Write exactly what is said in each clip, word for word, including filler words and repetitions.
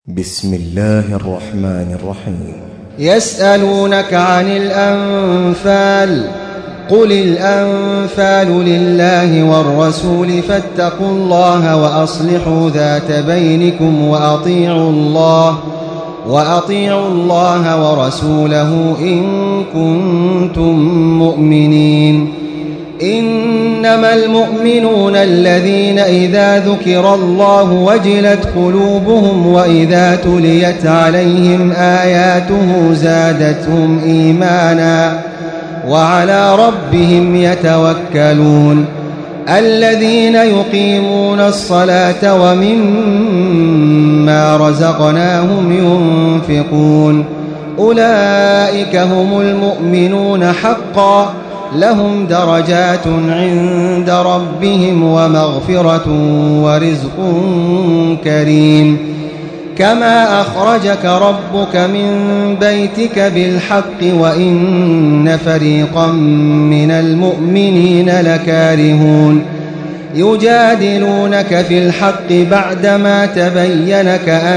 بسم الله الرحمن الرحيم. يسألونك عن الأنفال قل الأنفال لله والرسول فاتقوا الله وأصلحوا ذات بينكم وأطيعوا الله وأطيعوا الله ورسوله إن كنتم مؤمنين. إنما المؤمنون الذين إذا ذكر الله وجلت قلوبهم وإذا تليت عليهم آياته زادتهم إيمانا وعلى ربهم يتوكلون. الذين يقيمون الصلاة ومما رزقناهم ينفقون أولئك هم المؤمنون حقا لهم درجات عند ربهم ومغفرة ورزق كريم. كما أخرجك ربك من بيتك بالحق وإن فريقا من المؤمنين لكارهون يجادلونك في الحق بعدما تبين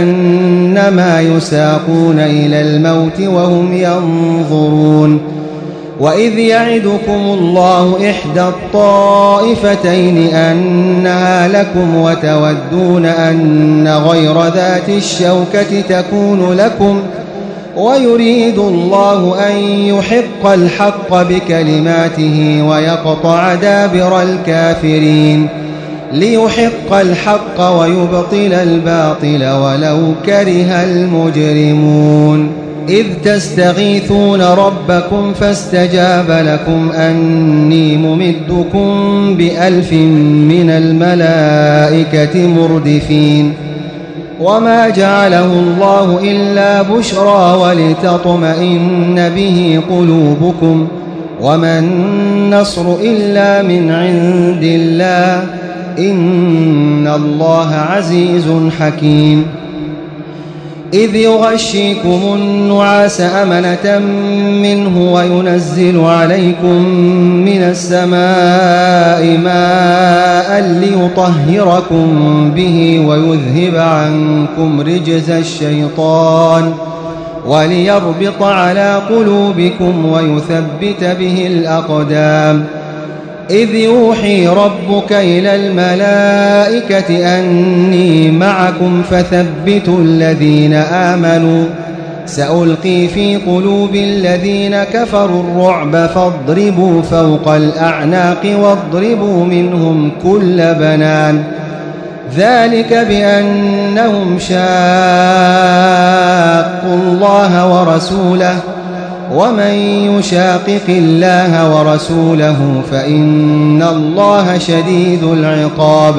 كأنما يساقون إلى الموت وهم ينظرون. وإذ يعدكم الله إحدى الطائفتين أنها لكم وتودون أن غير ذات الشوكة تكون لكم ويريد الله أن يحق الحق بكلماته ويقطع دابر الكافرين ليحق الحق ويبطل الباطل ولو كره المجرمون. إذ تستغيثون ربكم فاستجاب لكم أني ممدكم بألف من الملائكة مردفين. وما جعله الله إلا بشرى ولتطمئن به قلوبكم وما النصر إلا من عند الله إن الله عزيز حكيم. إذ يغشيكم النعاس أمنة منه وينزل عليكم من السماء ماء ليطهركم به ويذهب عنكم رجز الشيطان وليربط على قلوبكم ويثبت به الأقدام. إذ يوحي ربك إلى الملائكة أني معكم فثبتوا الذين آمنوا سألقي في قلوب الذين كفروا الرعب فاضربوا فوق الأعناق واضربوا منهم كل بنان. ذلك بأنهم شاقوا الله ورسوله ومن يشاقق الله ورسوله فإن الله شديد العقاب.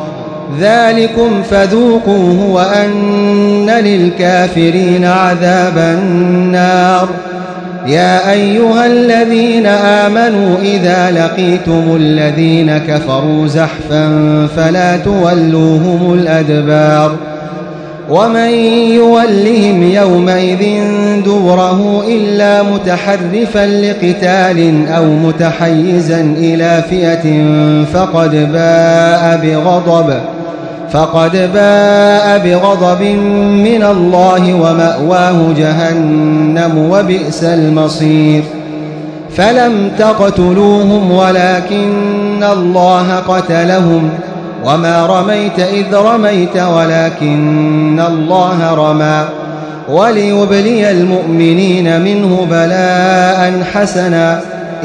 ذلكم فذوقوه وأن للكافرين عذاب النار. يا أيها الذين آمنوا إذا لقيتم الذين كفروا زحفا فلا تولوهم الأدبار ومن يولهم يومئذ دبره إلا متحرفا لقتال أو متحيزا إلى فئة فقد باء بغضب فقد باء بغضب من الله ومأواه جهنم وبئس المصير. فلم تقتلوهم ولكن الله قتلهم وما رميت إذ رميت ولكن الله رمى وليبلي المؤمنين منه بلاء حسنا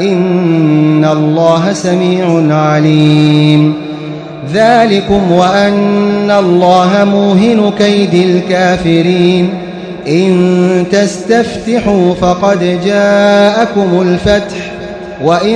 إن الله سميع عليم. ذلكم وأن الله موهن كيد الكافرين. إن تستفتحوا فقد جاءكم الفتح وإن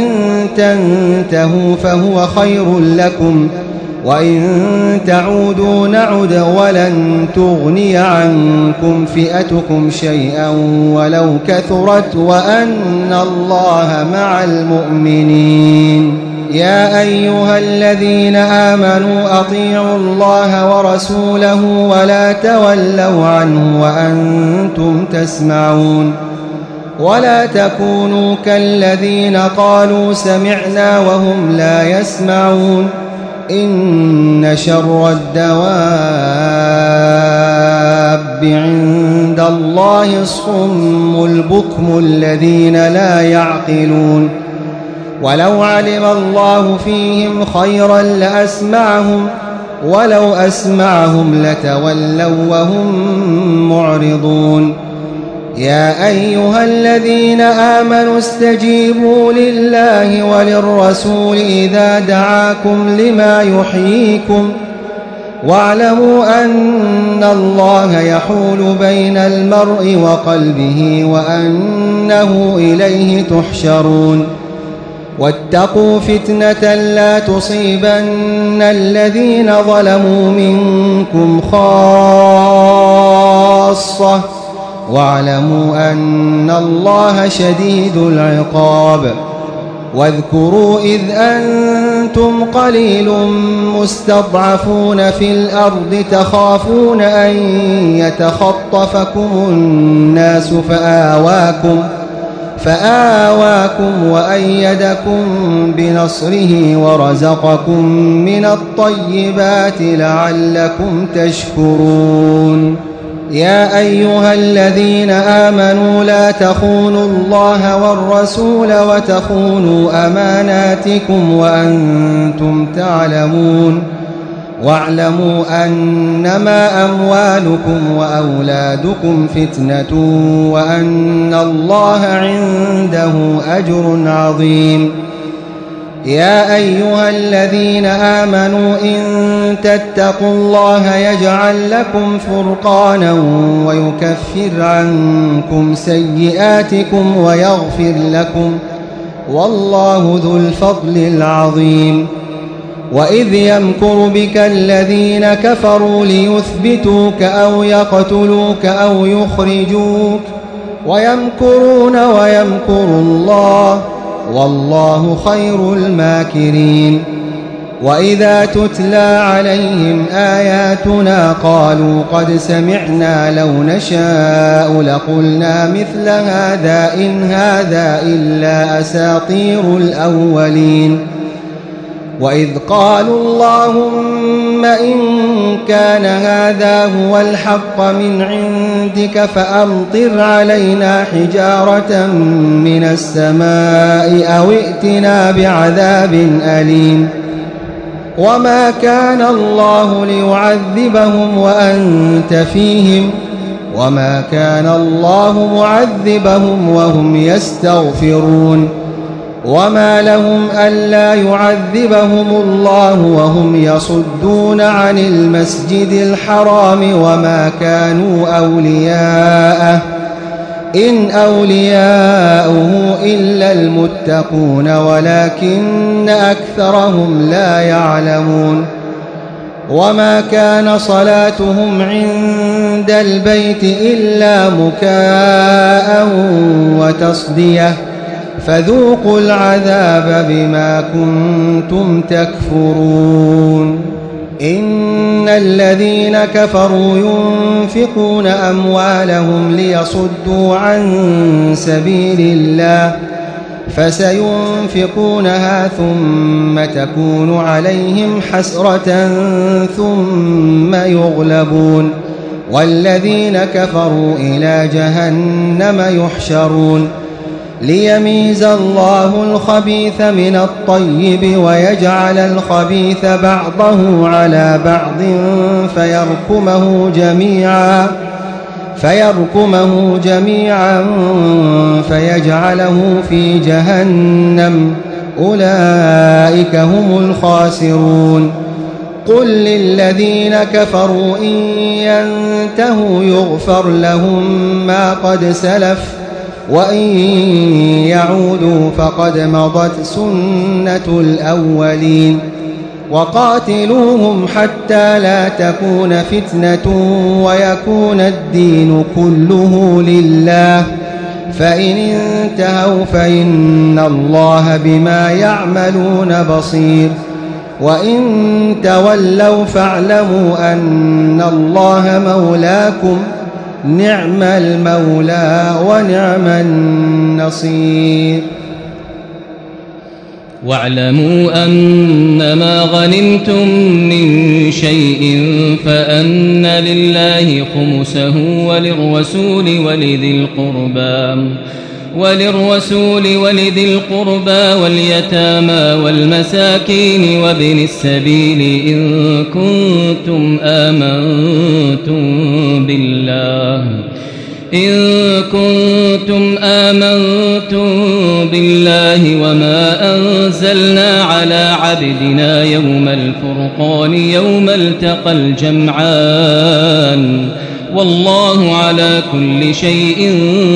تنتهوا فهو خير لكم وإن تعودوا نعد ولن تغني عنكم فئتكم شيئا ولو كثرت وأن الله مع المؤمنين. يا أيها الذين آمنوا أطيعوا الله ورسوله ولا تولوا عنه وأنتم تسمعون. ولا تكونوا كالذين قالوا سمعنا وهم لا يسمعون. إن شر الدواب عند الله الصم البكم الذين لا يعقلون ولو علم الله فيهم خيرا لأسمعهم ولو أسمعهم لتولوا وهم معرضون يا أيها الذين آمنوا استجيبوا لله وللرسول إذا دعاكم لما يحييكم واعلموا أن الله يحول بين المرء وقلبه وأنه إليه تحشرون واتقوا فتنة لا تصيبن الذين ظلموا منكم خاصة واعلموا أن الله شديد العقاب واذكروا إذ أنتم قليل مستضعفون في الأرض تخافون أن يتخطفكم الناس فآواكم فآواكم وأيدكم بنصره ورزقكم من الطيبات لعلكم تشكرون يا أيها الذين آمنوا لا تخونوا الله والرسول وتخونوا أماناتكم وأنتم تعلمون واعلموا أنما أموالكم وأولادكم فتنة وأن الله عنده أجر عظيم يا أيها الذين آمنوا إن تتقوا الله يجعل لكم فرقانا ويكفر عنكم سيئاتكم ويغفر لكم والله ذو الفضل العظيم وإذ يمكر بك الذين كفروا ليثبتوك أو يقتلوك أو يخرجوك ويمكرون ويمكر الله والله خير الماكرين وإذا تتلى عليهم آياتنا قالوا قد سمعنا لو نشاء لقلنا مثل هذا إن هذا إلا أساطير الأولين وإذ قالوا اللهم إن كان هذا هو الحق من عندك فأمطر علينا حجارة من السماء أو ائتنا بعذاب أليم وما كان الله ليعذبهم وأنت فيهم وما كان الله معذبهم وهم يستغفرون وما لهم ألا يعذبهم الله وهم يصدون عن المسجد الحرام وما كانوا أولياءه إن أولياؤه إلا المتقون ولكن أكثرهم لا يعلمون وما كان صلاتهم عند البيت إلا مكاء وتصدية فذوقوا العذاب بما كنتم تكفرون إن الذين كفروا ينفقون أموالهم ليصدوا عن سبيل الله فسينفقونها ثم تكون عليهم حسرة ثم يغلبون والذين كفروا إلى جهنم يحشرون ليميز الله الخبيث من الطيب ويجعل الخبيث بعضه على بعض فيركمه جميعا فيركمه جميعا فيجعله في جهنم أولئك هم الخاسرون قل للذين كفروا إن ينتهوا يغفر لهم ما قد سلف وإن يعودوا فقد مضت سنة الأولين وقاتلوهم حتى لا تكون فتنة ويكون الدين كله لله فإن انتهوا فإن الله بما يعملون بصير وإن تولوا فاعلموا أن الله مولاكم نعم المولى ونعم النصير واعلموا أنما غنمتم من شيء فأن لله خمسه وللرسول ولذي القربى وللرسول ولذي القربى واليتامى والمساكين وابن السبيل إن كنتم آمنتم بالله إن كنتم آمنتم بالله وما أنزلنا على عبدنا يوم الفرقان يوم التقى الجمعان والله على كل شيء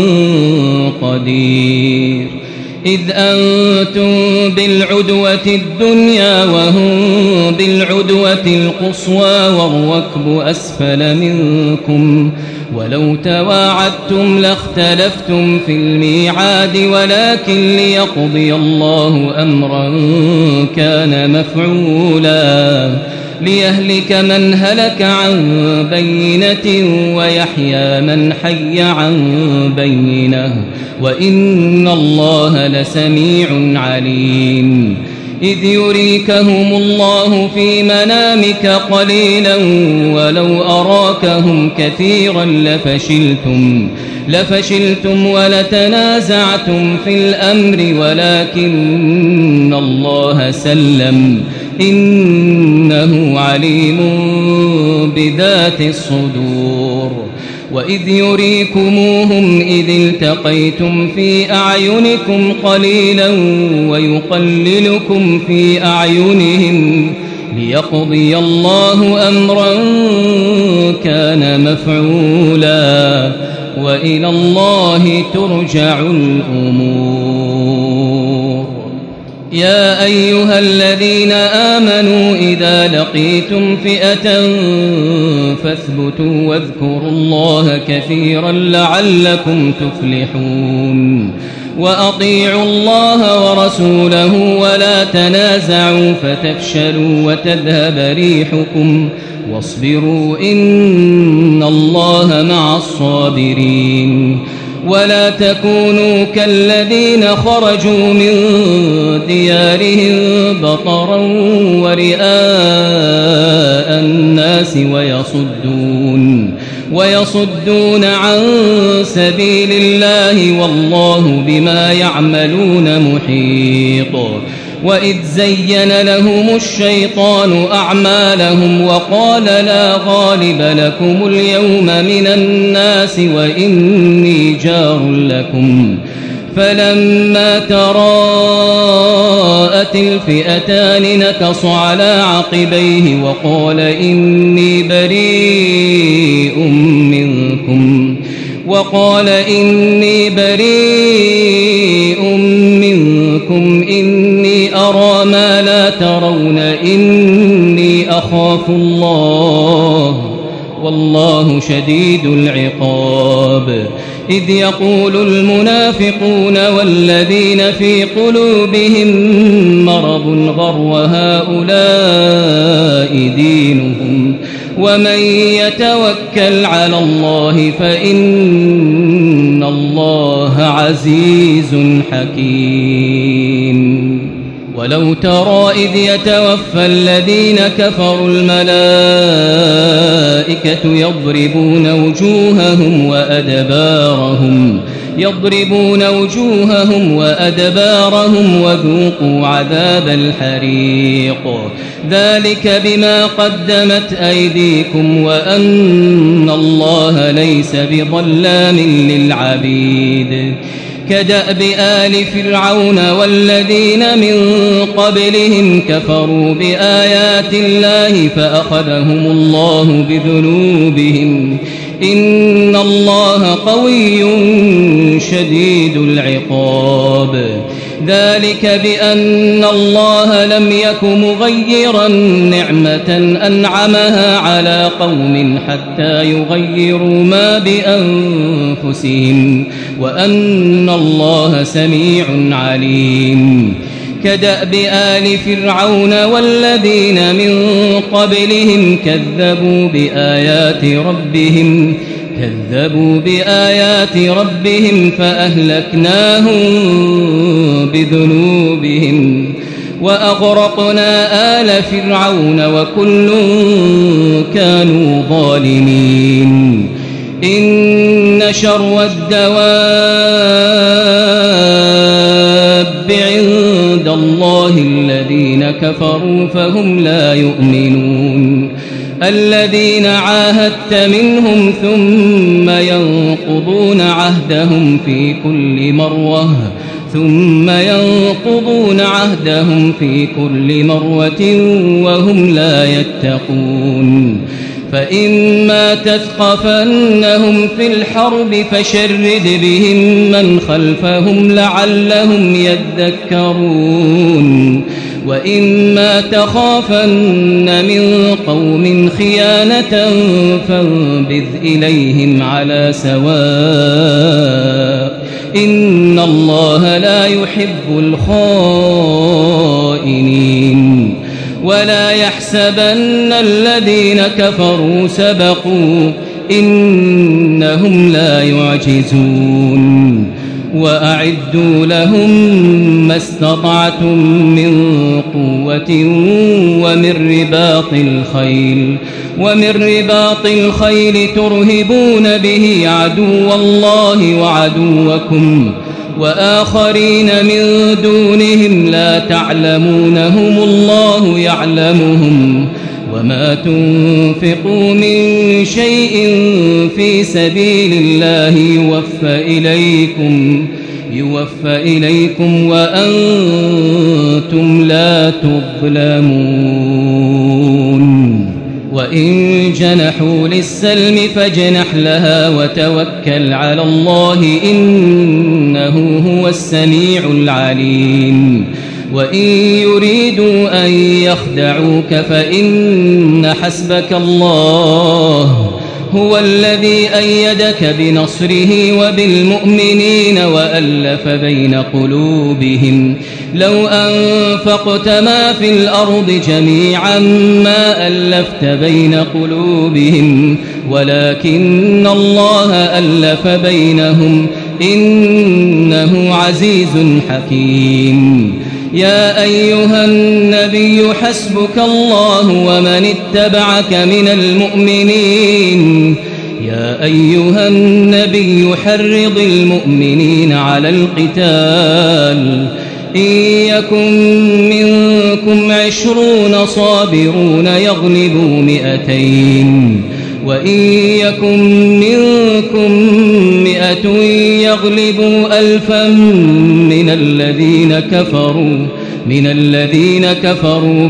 قدير. إذ أنتم بالعدوة الدنيا وهم بالعدوة القصوى والركب أسفل منكم ولو تواعدتم لاختلفتم في الميعاد ولكن ليقضي الله أمرا كان مفعولا ليهلك من هلك عن بينة ويحيى من حي عن بينة وإن الله لسميع عليم. إذ يريكهم الله في منامك قليلا ولو أراكهم كثيرا لفشلتم لفشلتم ولتنازعتم في الأمر ولكن الله سلم إنه عليم بذات الصدور. وإذ يريكموهم إذ التقيتم في أعينكم قليلا ويقللكم في أعينهم ليقضي الله أمرا كان مفعولا وإلى الله ترجع الأمور. يا أيها الذين آمنوا إذا لقيتم فئة فاثبتوا واذكروا الله كثيرا لعلكم تفلحون. وأطيعوا الله ورسوله ولا تنازعوا فتفشلوا وتذهب ريحكم واصبروا إن الله مع الصابرين. ولا تكونوا كالذين خرجوا من ديارهم بطرا ورئاء الناس ويصدون ويصدون عن سبيل الله والله بما يعملون محيط. وإذ زين لهم الشيطان أعمالهم وقال لا غالب لكم اليوم من الناس وإني جار لكم فلما تراءت الفئتان نكص على عقبيه وقال إني بريء منكم وقال إني بريء منكم إني أرى ما لا ترون إني أخاف الله والله شديد العقاب. إذ يقول المنافقون والذين في قلوبهم مرض غر هؤلاء دينهم ومن يتوكل على الله فإن الله عزيز حكيم. ولو ترى إذ يتوفى الذين كفروا الملائكة يضربون وجوههم وأدبارهم يضربون وجوههم وأدبارهم وذوقوا عذاب الحريق ذلك بما قدمت أيديكم وأن الله ليس بظلام للعبيد. كدأب آل فرعون والذين من قبلهم كفروا بآيات الله فأخذهم الله بذنوبهم إن الله قوي شديد العقاب. ذلك بأن الله لم يك مغيرا نعمة أنعمها على قوم حتى يغيروا ما بأنفسهم وأن الله سميع عليم. كدأب آل فرعون والذين من قبلهم كذبوا بآيات ربهم كذبوا بآيات ربهم فأهلكناهم بذنوبهم وأغرقنا آل فرعون وكل كانوا ظالمين إن شر الدواب عند الله الذين كفروا فهم لا يؤمنون الذين عاهدت منهم ثم ينقضون عهدهم في كل مرة ثم ينقضون عهدهم في كل مرة وهم لا يتقون فإما تثقفنهم في الحرب فشرد بهم من خلفهم لعلهم يذكرون وإما تخافن من قوم خيانة فانبذ إليهم على سواء إن الله لا يحب الخائنين ولا يحسبن الذين كفروا سبقوا إنهم لا يعجزون وأعدوا لهم ما استطعتم من قوة ومن رباط الخيل ومن رباط الخيل ترهبون به عدو الله وعدوكم وآخرين من دونهم لا تعلمونهم الله يعلمهم وما تنفقوا من شيء في سبيل الله يوفى إليكم يوفى إليكم وأنتم لا تظلمون وإن جنحوا للسلم فاجنح لها وتوكل على الله إنه هو السميع العليم وإن يريدوا أن يخدعوك فإن حسبك الله هو الذي أيدك بنصره وبالمؤمنين وألف بين قلوبهم لو أنفقت ما في الأرض جميعا ما ألفت بين قلوبهم ولكن الله ألف بينهم إنه عزيز حكيم يا أيها النبي حسبك الله ومن اتبعك من المؤمنين يا أيها النبي حرض المؤمنين على القتال إن يكن منكم عشرون صابرون يغلبوا مئتين وإن يكن منكم مئة يغلبوا ألفا من الذين كفروا من الذين كفروا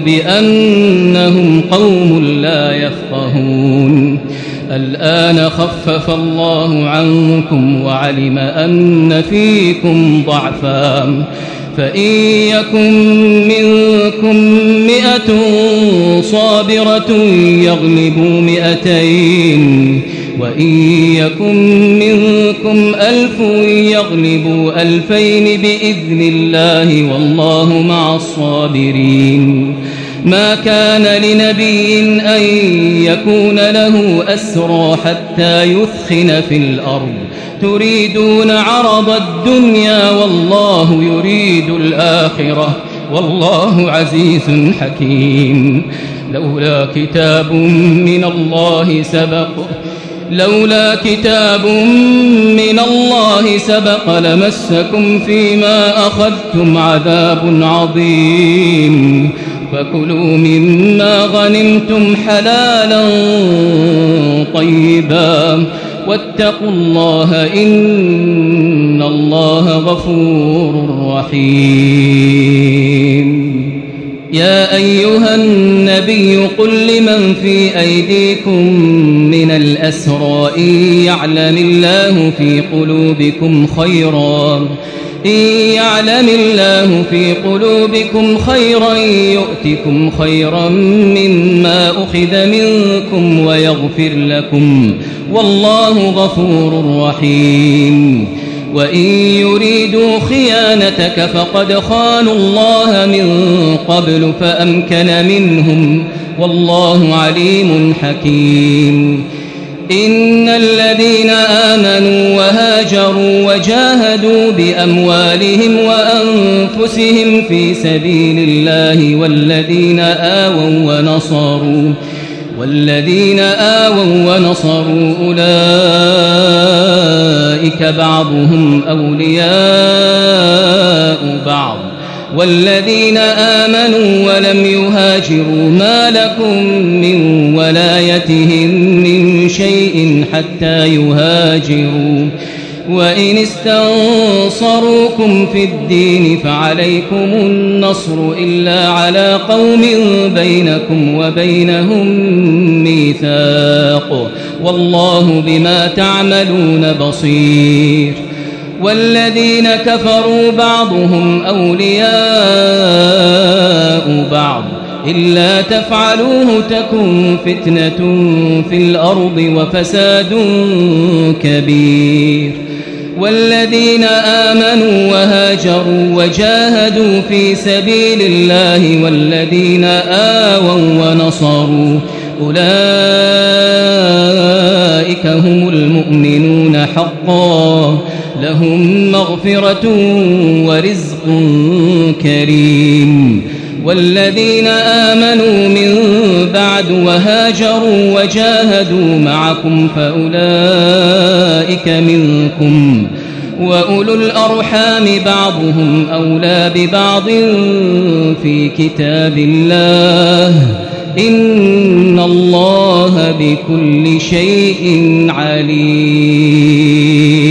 بأنهم قوم لا يفقهون الآن خفف الله عنكم وعلم أن فيكم ضعفا فإن يكن منكم مئة صابرة يغلبوا مئتين وإن يكن منكم ألف يغلبوا ألفين بإذن الله والله مع الصابرين ما كان لنبي أن يكون له أسرى حتى يثخن في الأرض تريدون عرض الدنيا والله يريد الآخرة والله عزيز حكيم لولا كتاب من الله سبق لولا كتاب من الله سبق لمسكم فيما أخذتم عذاب عظيم فكلوا مما غنمتم حلالا طيبا واتقوا الله إن الله غفور رحيم يا أيها النبي قل لمن في أيديكم من الأسرى إن يعلم الله في قلوبكم خيرا إن يعلم الله في قلوبكم خيرا يؤتكم خيرا مما أخذ منكم ويغفر لكم والله غفور رحيم وإن يريدوا خيانتك فقد خانوا الله من قبل فأمكن منهم والله عليم حكيم إن الذين آمنوا وهاجروا وجاهدوا بأموالهم أنفسهم في سبيل الله والذين آووا ونصروا والذين آووا ونصروا أولئك بعضهم أولياء بعض والذين آمنوا ولم يهاجروا ما لكم من ولايتهم من شيء حتى يهاجروا وإن استنصروكم في الدين فعليكم النصر إلا على قوم بينكم وبينهم ميثاق والله بما تعملون بصير والذين كفروا بعضهم أولياء بعض إلا تفعلوه تكن فتنة في الأرض وفساد كبير والذين آمنوا وهاجروا وجاهدوا في سبيل الله والذين آووا ونصروا أولئك هم المؤمنون حقا لهم مغفرة ورزق كريم والذين آمنوا من بعد وهاجروا وجاهدوا معكم فأولئك منكم وأولو الأرحام بعضهم أولى ببعض في كتاب الله إن الله بكل شيء عليم.